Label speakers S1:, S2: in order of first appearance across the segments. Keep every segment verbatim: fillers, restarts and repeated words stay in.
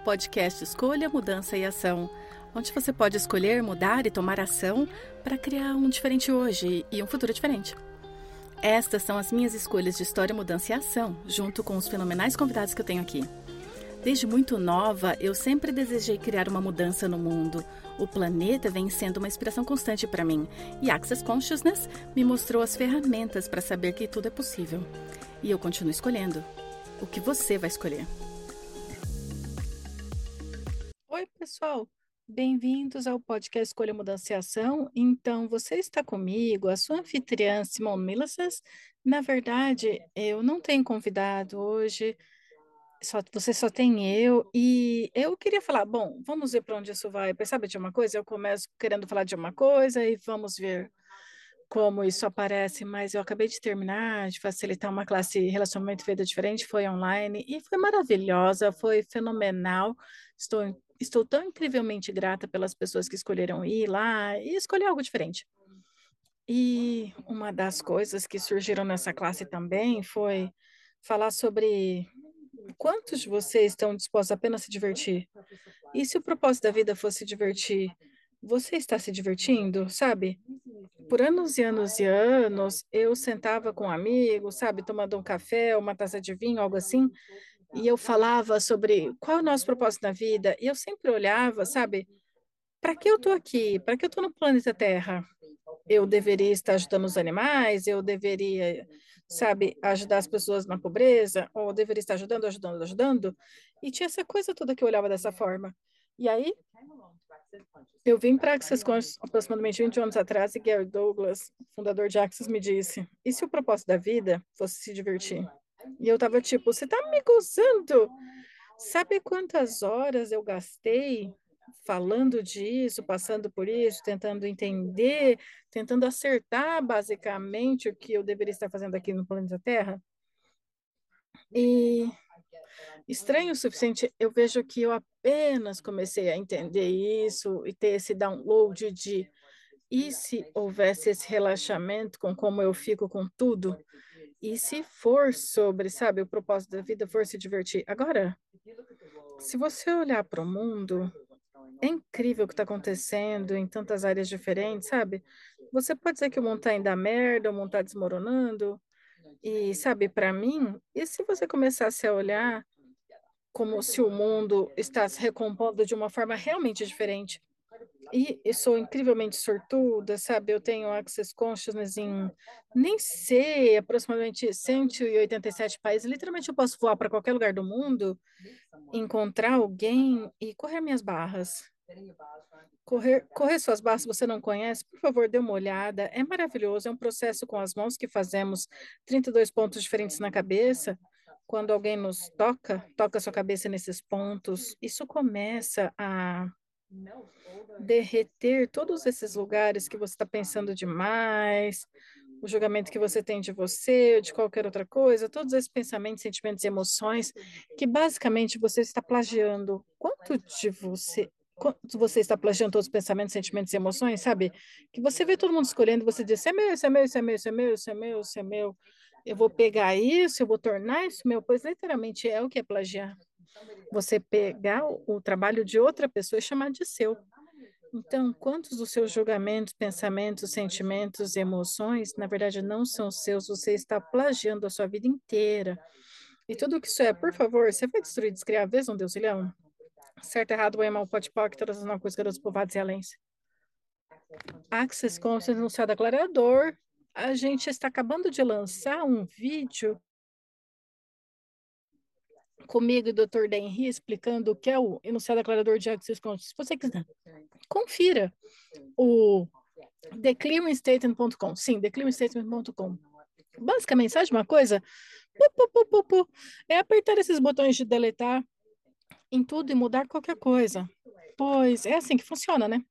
S1: podcast Escolha, Mudança e Ação, onde você pode escolher, mudar e tomar ação para criar um diferente hoje e um futuro diferente. Estas são as minhas escolhas de história, mudança e ação, junto com os fenomenais convidados que eu tenho aqui. Desde muito nova, eu sempre desejei criar uma mudança no mundo. O planeta vem sendo uma inspiração constante para mim, e Access Consciousness me mostrou as ferramentas para saber que tudo é possível. E eu continuo escolhendo. O que você vai escolher? Oi, pessoal! Bem-vindos ao podcast Escolha, Mudança e Ação. Então, você está comigo, a sua anfitriã Simone Milasas. Na verdade, eu não tenho convidado hoje, só, você só tem eu, e eu queria falar, bom, vamos ver para onde isso vai. Sabe de uma coisa? Eu começo querendo falar de uma coisa e vamos ver como isso aparece, mas eu acabei de terminar de facilitar uma classe Relacionamento e Vida Diferente, foi online, e foi maravilhosa, foi fenomenal. Estou Estou tão incrivelmente grata pelas pessoas que escolheram ir lá e escolher algo diferente. E uma das coisas que surgiram nessa classe também foi falar sobre quantos de vocês estão dispostos a apenas se divertir. E se o propósito da vida fosse divertir, você está se divertindo, sabe? Por anos e anos e anos, eu sentava com um amigo, sabe, tomando um café, uma taça de vinho, algo assim, e eu falava sobre qual é o nosso propósito na vida, e eu sempre olhava, sabe, para que eu estou aqui? Para que eu estou no planeta Terra? Eu deveria estar ajudando os animais? Eu deveria, sabe, ajudar as pessoas na pobreza? Ou eu deveria estar ajudando, ajudando, ajudando? E tinha essa coisa toda que eu olhava dessa forma. E aí, eu vim para Access Consciousness aproximadamente vinte anos atrás e Gary Douglas, fundador de Access, me disse, e se o propósito da vida fosse se divertir? E eu tava tipo, você tá me gozando? Sabe quantas horas eu gastei falando disso, passando por isso, tentando entender, tentando acertar basicamente o que eu deveria estar fazendo aqui no planeta Terra? E estranho o suficiente, eu vejo que eu apenas comecei a entender isso e ter esse download de e se houvesse esse relaxamento com como eu fico com tudo? E se for sobre, sabe, o propósito da vida for se divertir? Agora, se você olhar para o mundo, é incrível o que está acontecendo em tantas áreas diferentes, sabe? Você pode dizer que o mundo está indo à merda, o mundo está desmoronando. E, sabe, para mim, e se você começasse a olhar como se o mundo está se recompondo de uma forma realmente diferente? E eu sou incrivelmente sortuda, sabe? Eu tenho Access Consciousness em, nem sei, aproximadamente cento e oitenta e sete países. Literalmente eu posso voar para qualquer lugar do mundo, encontrar alguém e correr minhas barras. Correr, correr suas barras, se você não conhece, por favor, dê uma olhada. É maravilhoso, é um processo com as mãos que fazemos trinta e dois pontos diferentes na cabeça. Quando alguém nos toca, toca sua cabeça nesses pontos, isso começa a derreter todos esses lugares que você está pensando demais, o julgamento que você tem de você, ou de qualquer outra coisa, todos esses pensamentos, sentimentos e emoções, que basicamente você está plagiando. Quanto de você, quanto você está plagiando todos os pensamentos, sentimentos e emoções, sabe? Que você vê todo mundo escolhendo, você diz, isso é meu, isso é meu, isso é meu, isso é meu, isso é meu, isso é meu. Eu vou pegar isso, eu vou tornar isso meu, pois literalmente é o que é plagiar. Você pegar o, o trabalho de outra pessoa e chamar de seu. Então, quantos dos seus julgamentos, pensamentos, sentimentos, emoções, na verdade, não são seus, você está plagiando a sua vida inteira. E tudo que isso é, por favor, você vai destruir, descriar a vez um Deus ilhão? Certo, errado, bem, mal, pode, pode, todas as coisas, garotos, povoados e alens. Access Conscious no céu declarador. A gente está acabando de lançar um vídeo comigo e o doutor Denry explicando o que é o enunciado declarador de Access Conscious. Se você quiser, confira o the clearing statement ponto com. Sim, the clearing statement ponto com. Basicamente, sabe uma coisa? Pu, pu, pu, pu, pu. É apertar esses botões de deletar em tudo e mudar qualquer coisa. Pois é assim que funciona, né?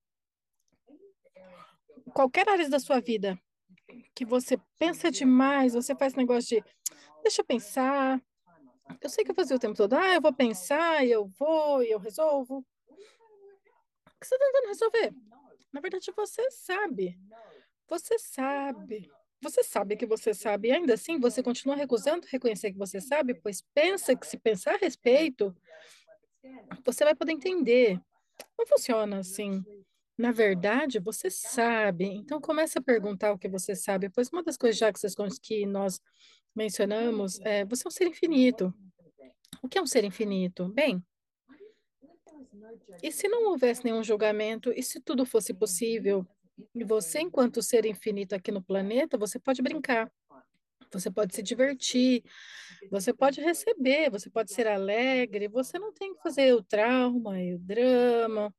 S1: Qualquer área da sua vida que você pensa demais, você faz negócio de deixa eu pensar. Eu sei que eu fazia o tempo todo, ah, eu vou pensar, e eu vou, e eu resolvo. O que você está tentando resolver? Na verdade, você sabe. Você sabe. Você sabe que você sabe. E ainda assim, você continua recusando reconhecer que você sabe, pois pensa que se pensar a respeito, você vai poder entender. Não funciona assim. Na verdade, você sabe. Então, comece a perguntar o que você sabe. Pois uma das coisas, já que, vocês, que nós mencionamos, é você é um ser infinito. O que é um ser infinito? Bem, e se não houvesse nenhum julgamento, e se tudo fosse possível? E você, enquanto ser infinito aqui no planeta, você pode brincar, você pode se divertir, você pode receber, você pode ser alegre, você não tem que fazer o trauma e o drama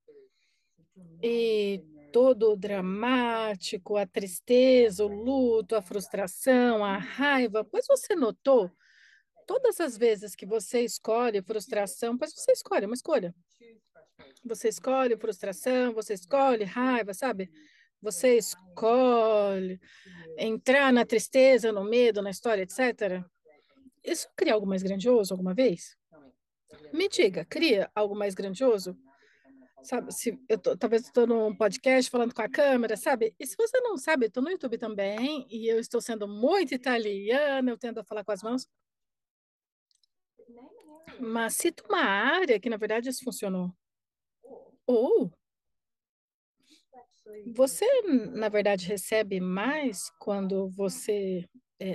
S1: e todo o dramático, a tristeza, o luto, a frustração, a raiva. Pois você notou, todas as vezes que você escolhe frustração, pois você escolhe uma escolha. Você escolhe frustração, você escolhe raiva, sabe? Você escolhe entrar na tristeza, no medo, na história, etcétera. Isso cria algo mais grandioso alguma vez? Me diga, cria algo mais grandioso? Sabe, se eu tô, talvez estou num podcast falando com a câmera, sabe? E se você não sabe, estou no YouTube também, e eu estou sendo muito italiana, eu tendo a falar com as mãos. Mas cita uma área que, na verdade, isso funcionou. Ou você, na verdade, recebe mais quando você é,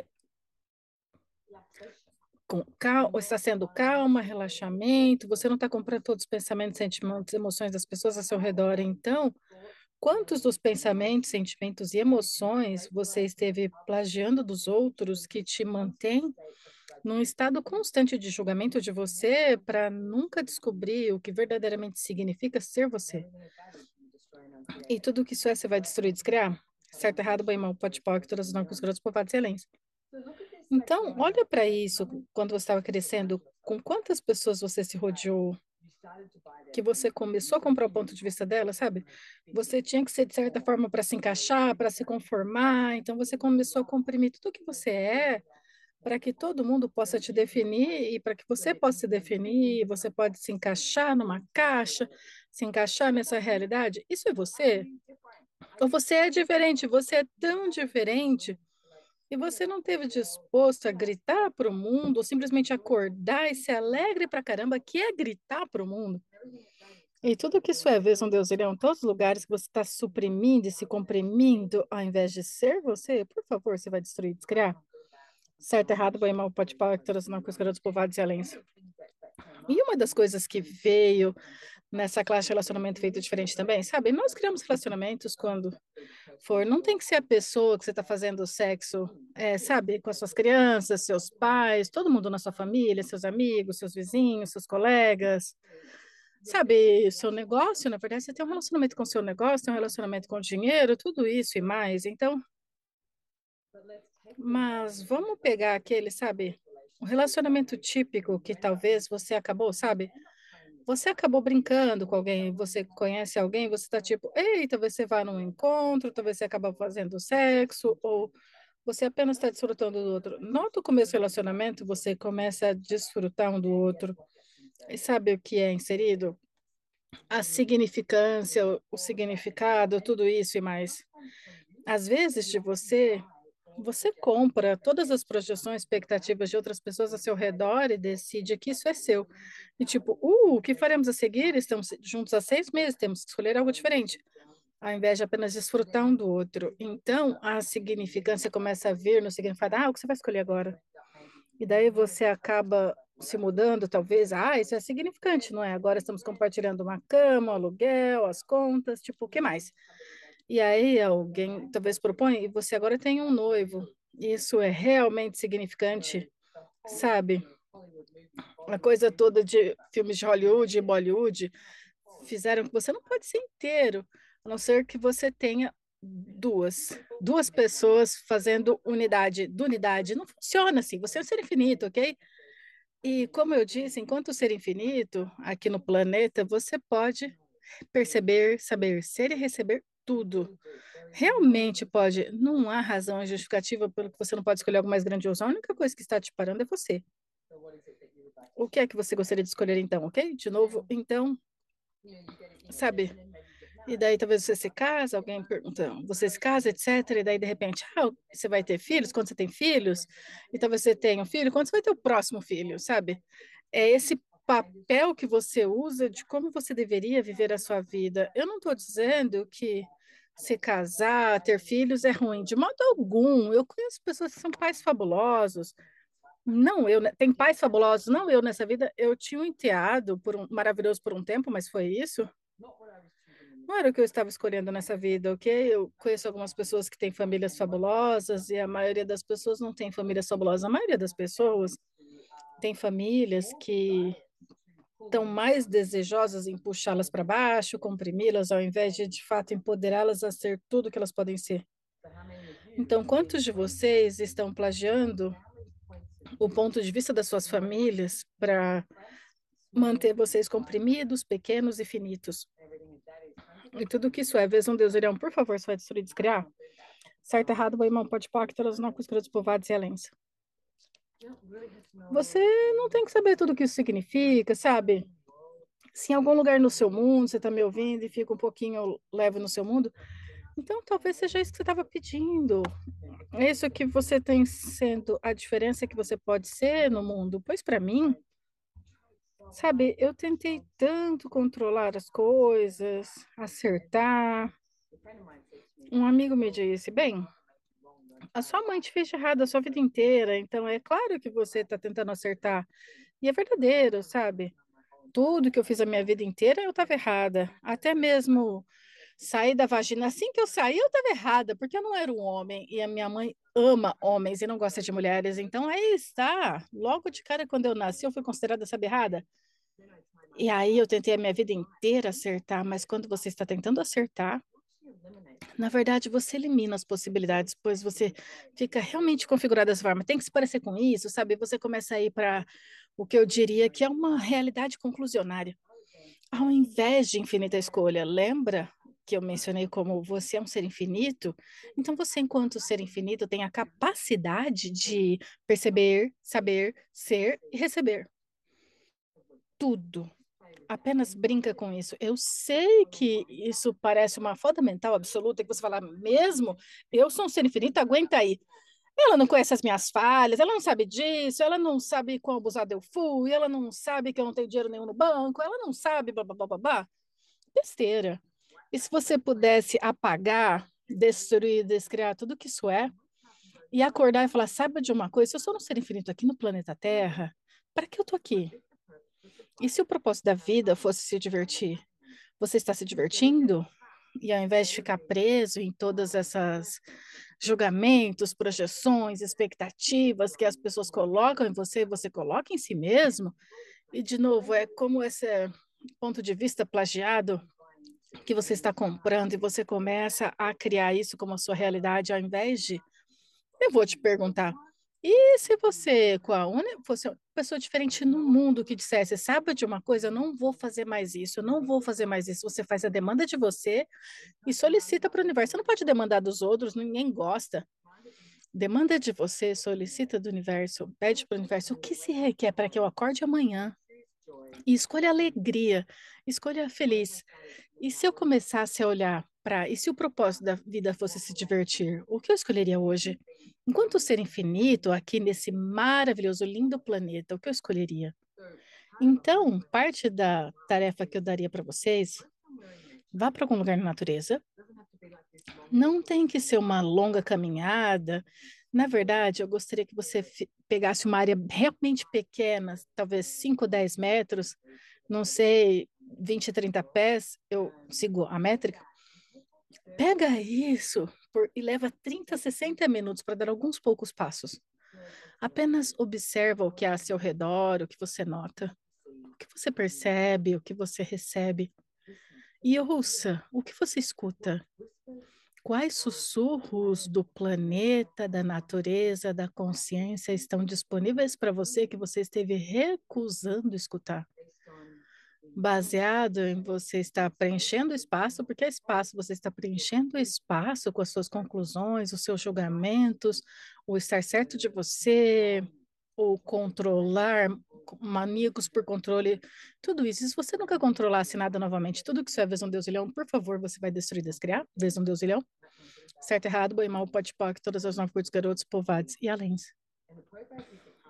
S1: com cal está sendo calma, relaxamento, você não está comprando todos os pensamentos, sentimentos, emoções das pessoas ao seu redor. Então, quantos dos pensamentos, sentimentos e emoções você esteve plagiando dos outros que te mantém num estado constante de julgamento de você para nunca descobrir o que verdadeiramente significa ser você? E tudo que isso é, você vai destruir, descriar? Certo, errado, bem, mal, pode, pode, todas as normas, grosso, povoado, excelência. Então, olha para isso quando você estava crescendo, com quantas pessoas você se rodeou, que você começou a comprar o ponto de vista dela, sabe? Você tinha que ser, de certa forma, para se encaixar, para se conformar, então você começou a comprimir tudo o que você é, para que todo mundo possa te definir e para que você possa se definir, você pode se encaixar numa caixa, se encaixar nessa realidade. Isso é você? Ou você é diferente? Você é tão diferente e você não teve disposto a gritar para o mundo, ou simplesmente acordar e ser alegre para caramba, que é gritar para o mundo. E tudo que isso é, vejam Deus, ele é em todos os lugares que você está suprimindo e se comprimindo, ao invés de ser você, por favor, você vai destruir, descriar. Certo, errado, bem, mal, pode pau, todas não coisa dos povoados e além. E uma das coisas que veio nessa classe de relacionamento feito diferente também, sabe? Nós criamos relacionamentos quando for, não tem que ser a pessoa que você está fazendo sexo, é, sabe, com as suas crianças, seus pais, todo mundo na sua família, seus amigos, seus vizinhos, seus colegas, sabe, seu negócio, na verdade, você tem um relacionamento com o seu negócio, tem um relacionamento com o dinheiro, tudo isso e mais. Então, mas vamos pegar aquele, sabe, um relacionamento típico que talvez você acabou, sabe? Você acabou brincando com alguém, você conhece alguém, você está tipo, ei, talvez você vá num encontro, talvez você acaba fazendo sexo, ou você apenas está desfrutando do outro. Nota o começo do relacionamento, você começa a desfrutar um do outro. E sabe o que é inserido? A significância, o, o significado, tudo isso e mais. Às vezes, de você, você compra todas as projeções, expectativas de outras pessoas ao seu redor e decide que isso é seu. E tipo, uh, o que faremos a seguir? Estamos juntos há seis meses, temos que escolher algo diferente, ao invés de apenas desfrutar um do outro. Então, a significância começa a vir no significado, ah, o que você vai escolher agora? E daí você acaba se mudando, talvez, ah, isso é significante, não é? Agora estamos compartilhando uma cama, um aluguel, as contas, tipo, o que mais? E aí alguém talvez propõe, e você agora tem um noivo. Isso é realmente significante, sabe? A coisa toda de filmes de Hollywood e Bollywood fizeram que você não pode ser inteiro, a não ser que você tenha duas, duas pessoas fazendo unidade. De unidade não funciona assim, você é um ser infinito, ok? E como eu disse, enquanto ser infinito aqui no planeta, você pode perceber, saber ser e receber tudo. Realmente pode, não há razão justificativa pelo que você não pode escolher algo mais grandioso. A única coisa que está te parando é você. O que é que você gostaria de escolher então, ok? De novo, então, sabe? E daí talvez você se casa, alguém pergunta, você se casa, etcétera. E daí de repente, ah, você vai ter filhos? Quando você tem filhos? E talvez você tenha um filho, quando você vai ter o próximo filho, sabe? É esse papel que você usa de como você deveria viver a sua vida. Eu não estou dizendo que se casar, ter filhos é ruim, de modo algum. Eu conheço pessoas que são pais fabulosos. Não, eu, né, tem pais fabulosos, não eu nessa vida. Eu tinha um enteado por um, maravilhoso por um tempo, mas foi isso? Não era o que eu estava escolhendo nessa vida, ok? Eu conheço algumas pessoas que têm famílias fabulosas e a maioria das pessoas não tem famílias fabulosas. A maioria das pessoas tem famílias que estão mais desejosas em puxá-las para baixo, comprimi-las, ao invés de, de fato, empoderá-las a ser tudo que elas podem ser. Então, quantos de vocês estão plagiando o ponto de vista das suas famílias para manter vocês comprimidos, pequenos e finitos? E tudo que isso é, vez um Deus irão, por favor, você vai destruir e descriar? Certo, errado, bom, irmão, pode pôr, todas não cuscuras povoados e alens. Você não tem que saber tudo o que isso significa, sabe? Se em algum lugar no seu mundo você está me ouvindo e fica um pouquinho leve no seu mundo, então talvez seja isso que você estava pedindo. É isso que você tem sendo a diferença que você pode ser no mundo. Pois para mim, sabe, eu tentei tanto controlar as coisas, acertar. Um amigo me disse, bem, a sua mãe te fez de errado a sua vida inteira, então é claro que você está tentando acertar. E é verdadeiro, sabe? Tudo que eu fiz a minha vida inteira eu estava errada. Até mesmo sair da vagina. Assim que eu saí, eu estava errada, porque eu não era um homem. E a minha mãe ama homens e não gosta de mulheres. Então aí está. Logo de cara, quando eu nasci, eu fui considerada, sabe, errada. E aí eu tentei a minha vida inteira acertar, mas quando você está tentando acertar, na verdade, você elimina as possibilidades, pois você fica realmente configurado dessa forma. Tem que se parecer com isso, sabe? Você começa a ir para o que eu diria que é uma realidade conclusionária. Ao invés de infinita escolha, lembra que eu mencionei como você é um ser infinito? Então, você, enquanto ser infinito, tem a capacidade de perceber, saber, ser e receber tudo. Apenas brinca com isso. Eu sei que isso parece uma foda mental absoluta, que você fala, mesmo, eu sou um ser infinito, aguenta aí. Ela não conhece as minhas falhas, ela não sabe disso, ela não sabe quão abusada eu fui, ela não sabe que eu não tenho dinheiro nenhum no banco, ela não sabe, blá, blá, blá, blá, blá. Besteira. E se você pudesse apagar, destruir, descriar tudo que isso é, e acordar e falar, sabe de uma coisa, se eu sou um ser infinito aqui no planeta Terra, para que eu tô aqui? E se o propósito da vida fosse se divertir? Você está se divertindo? E ao invés de ficar preso em todas essas julgamentos, projeções, expectativas que as pessoas colocam em você, você coloca em si mesmo. E, de novo, é como esse ponto de vista plagiado que você está comprando e você começa a criar isso como a sua realidade, ao invés de. Eu vou te perguntar. E se você, com a única, fosse uma pessoa diferente no mundo que dissesse, sabe de uma coisa, eu não vou fazer mais isso, eu não vou fazer mais isso. Você faz a demanda de você e solicita para o universo. Você não pode demandar dos outros, ninguém gosta. Demanda de você, solicita do universo, pede para o universo o que se requer para que eu acorde amanhã e escolha alegria, escolha feliz. E se eu começasse a olhar para, e se o propósito da vida fosse se divertir, o que eu escolheria hoje? Enquanto ser infinito, aqui nesse maravilhoso, lindo planeta, o que eu escolheria? Então, parte da tarefa que eu daria para vocês, vá para algum lugar na natureza. Não tem que ser uma longa caminhada. Na verdade, eu gostaria que você pegasse uma área realmente pequena, talvez cinco, dez metros, não sei, vinte, trinta pés, eu sigo a métrica. Pega isso por, e leva trinta, sessenta minutos para dar alguns poucos passos. Apenas observa o que há ao seu redor, o que você nota, o que você percebe, o que você recebe. E ouça o que você escuta. Quais sussurros do planeta, da natureza, da consciência estão disponíveis para você que você esteve recusando escutar? Baseado em você estar preenchendo espaço, porque é espaço, você está preenchendo espaço com as suas conclusões, os seus julgamentos, o estar certo de você, o controlar, maníacos por controle, tudo isso. E se você nunca controlasse nada novamente, tudo que isso é vez um Deus ilhão, por favor, você vai destruir, descriar, vez um Deus ilhão? Certo, errado, boi mal, pode poc, todas as nove curtos garotos, povoados e além.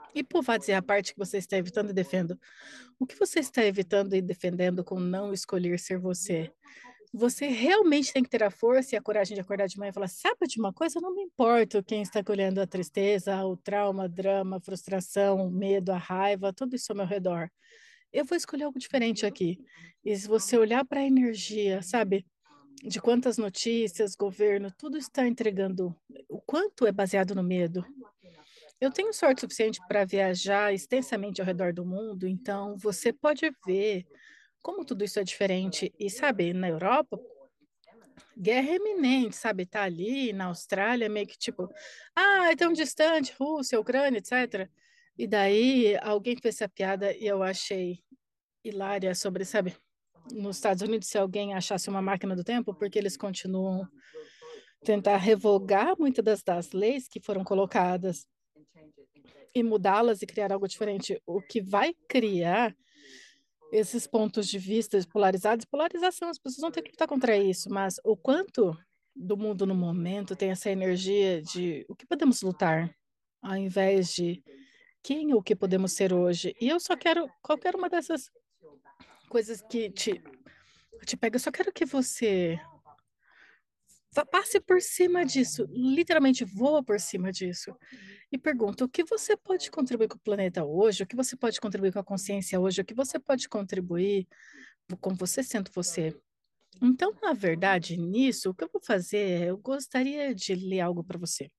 S1: E por dizer a parte que você está evitando e defendendo, o que você está evitando e defendendo com não escolher ser você? Você realmente tem que ter a força e a coragem de acordar de manhã e falar: sabe de uma coisa? Eu não me importo quem está colhendo a tristeza, o trauma, o drama, a frustração, o medo, a raiva, tudo isso ao meu redor. Eu vou escolher algo diferente aqui. E se você olhar para a energia, sabe, de quantas notícias, governo, tudo está entregando, o quanto é baseado no medo. Eu tenho sorte suficiente para viajar extensamente ao redor do mundo, então você pode ver como tudo isso é diferente. E, sabe, na Europa, guerra iminente, sabe? Tá ali na Austrália, meio que tipo, ah, é tão distante, Rússia, Ucrânia, etcétera. E daí alguém fez essa piada e eu achei hilária sobre, sabe, nos Estados Unidos, se alguém achasse uma máquina do tempo, porque eles continuam tentar revogar muitas das, das leis que foram colocadas e mudá-las e criar algo diferente. O que vai criar esses pontos de vista polarizados, polarização, as pessoas vão ter que lutar contra isso, mas o quanto do mundo no momento tem essa energia de o que podemos lutar, ao invés de quem ou o que podemos ser hoje. E eu só quero qualquer uma dessas coisas que te, te pega, eu só quero que você passe por cima disso, literalmente voa por cima disso. E pergunta o que você pode contribuir com o planeta hoje, o que você pode contribuir com a consciência hoje, o que você pode contribuir com você sendo você. Então, na verdade, nisso, o que eu vou fazer, eu gostaria de ler algo para você.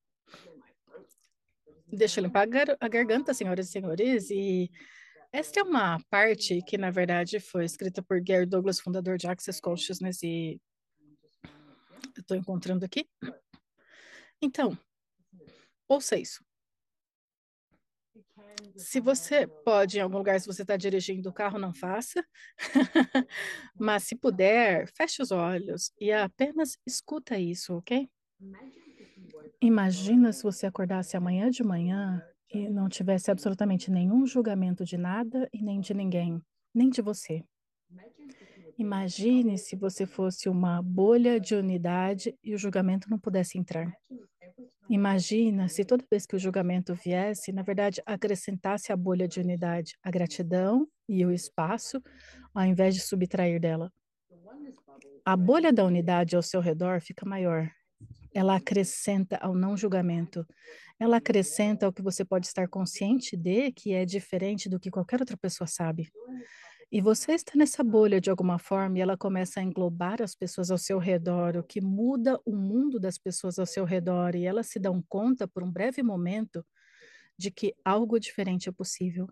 S1: Deixa eu limpar a, gar a garganta, senhoras e senhores, e esta é uma parte que, na verdade, foi escrita por Gary Douglas, fundador de Access Consciousness, e eu estou encontrando aqui. Então, ouça isso. Se você pode, em algum lugar, se você está dirigindo o carro, não faça. Mas se puder, feche os olhos e apenas escuta isso, ok? Imagina se você acordasse amanhã de manhã e não tivesse absolutamente nenhum julgamento de nada e nem de ninguém, nem de você. Imagine se você fosse uma bolha de unidade e o julgamento não pudesse entrar. Imagina se toda vez que o julgamento viesse, na verdade, acrescentasse a bolha de unidade, a gratidão e o espaço, ao invés de subtrair dela. A bolha da unidade ao seu redor fica maior. Ela acrescenta ao não julgamento. Ela acrescenta ao que você pode estar consciente de, que é diferente do que qualquer outra pessoa sabe. E você está nessa bolha de alguma forma e ela começa a englobar as pessoas ao seu redor, o que muda o mundo das pessoas ao seu redor, e elas se dão conta por um breve momento de que algo diferente é possível.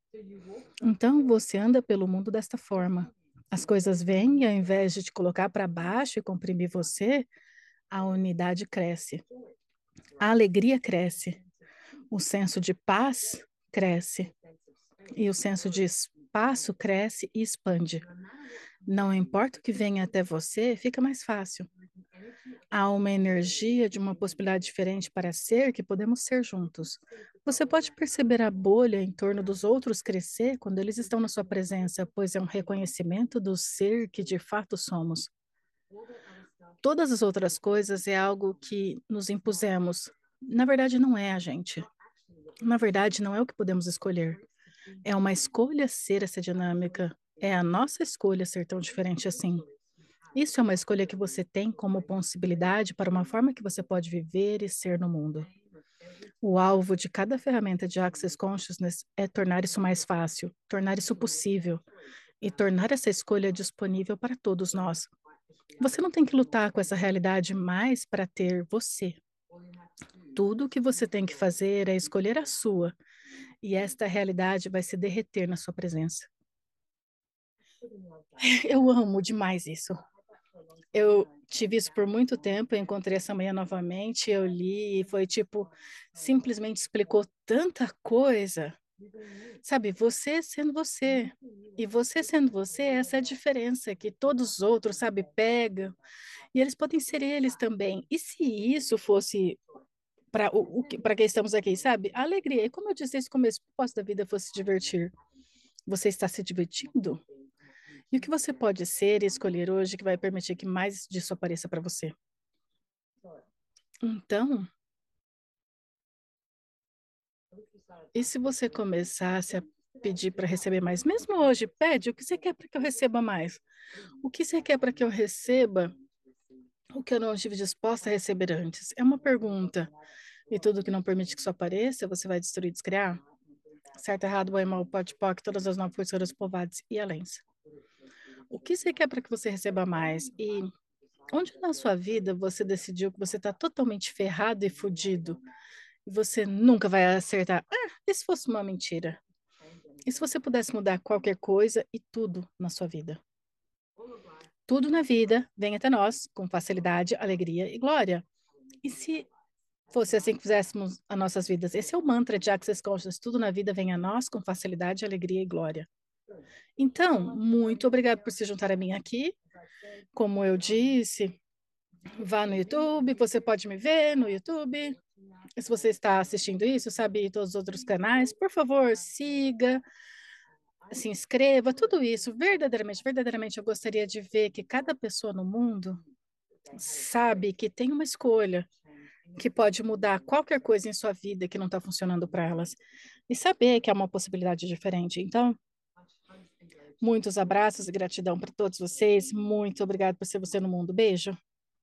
S1: Então você anda pelo mundo desta forma. As coisas vêm e ao invés de te colocar para baixo e comprimir você, a unidade cresce. A alegria cresce. O senso de paz cresce. E o senso de espaço cresce e expande. Não importa o que venha até você, fica mais fácil. Há uma energia de uma possibilidade diferente para ser que podemos ser juntos. Você pode perceber a bolha em torno dos outros crescer quando eles estão na sua presença, pois é um reconhecimento do ser que de fato somos. Todas as outras coisas é algo que nos impusemos. Na verdade, não é a gente. Na verdade, não é o que podemos escolher. É uma escolha ser essa dinâmica. É a nossa escolha ser tão diferente assim. Isso é uma escolha que você tem como possibilidade para uma forma que você pode viver e ser no mundo. O alvo de cada ferramenta de Access Consciousness é tornar isso mais fácil, tornar isso possível e tornar essa escolha disponível para todos nós. Você não tem que lutar com essa realidade mais para ter você. Tudo o que você tem que fazer é escolher a sua, e esta realidade vai se derreter na sua presença. Eu amo demais isso. Eu tive isso por muito tempo, eu encontrei essa manhã novamente, eu li e foi tipo, simplesmente explicou tanta coisa. Sabe, você sendo você. E você sendo você, essa é a diferença que todos os outros, sabe, pegam. E eles podem ser eles também. E se isso fosse para o, o que, para que estamos aqui, sabe? A alegria. E como eu disse desde o começo, o propósito da vida fosse se divertir. Você está se divertindo? E o que você pode ser e escolher hoje que vai permitir que mais disso apareça para você? Então, E se você começasse a pedir para receber mais, mesmo hoje, pede o que você quer para que eu receba mais? O que você quer para que eu receba o que eu não estive disposta a receber antes? É uma pergunta. E tudo que não permite que isso apareça, você vai destruir e descriar? Certo, errado, bom e mal, pode, pode, todas as nove posturas, povades e aléns. O que você quer para que você receba mais? E onde na sua vida você decidiu que você está totalmente ferrado e fudido e você nunca vai acertar? Ah, e se fosse uma mentira? E se você pudesse mudar qualquer coisa e tudo na sua vida? Tudo na vida vem até nós com facilidade, alegria e glória. E se fosse assim que fizéssemos as nossas vidas? Esse é o mantra de Access Consciousness. Tudo na vida vem a nós com facilidade, alegria e glória. Então, muito obrigado por se juntar a mim aqui. Como eu disse, vá no YouTube, você pode me ver no YouTube. E se você está assistindo isso, sabe, todos os outros canais, por favor, siga, se inscreva, tudo isso. Verdadeiramente, verdadeiramente, eu gostaria de ver que cada pessoa no mundo sabe que tem uma escolha, que pode mudar qualquer coisa em sua vida que não está funcionando para elas. E saber que é uma possibilidade diferente. Então, muitos abraços e gratidão para todos vocês. Muito obrigado por ser você no mundo. Beijo.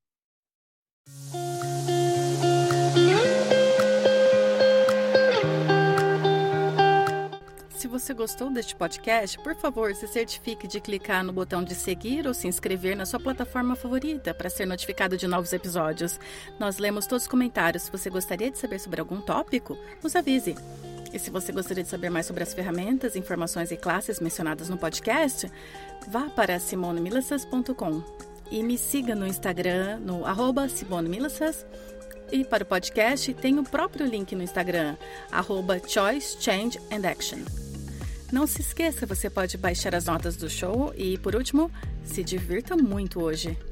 S1: Se você gostou deste podcast, por favor, se certifique de clicar no botão de seguir ou se inscrever na sua plataforma favorita para ser notificado de novos episódios. Nós lemos todos os comentários. Se você gostaria de saber sobre algum tópico, nos avise. E se você gostaria de saber mais sobre as ferramentas, informações e classes mencionadas no podcast, vá para simone milassas ponto com e me siga no Instagram, no arroba Simone Milassas. E para o podcast, tem o próprio link no Instagram, arroba Choice, Change and Action. Não se esqueça, você pode baixar as notas do show e, por último, se divirta muito hoje.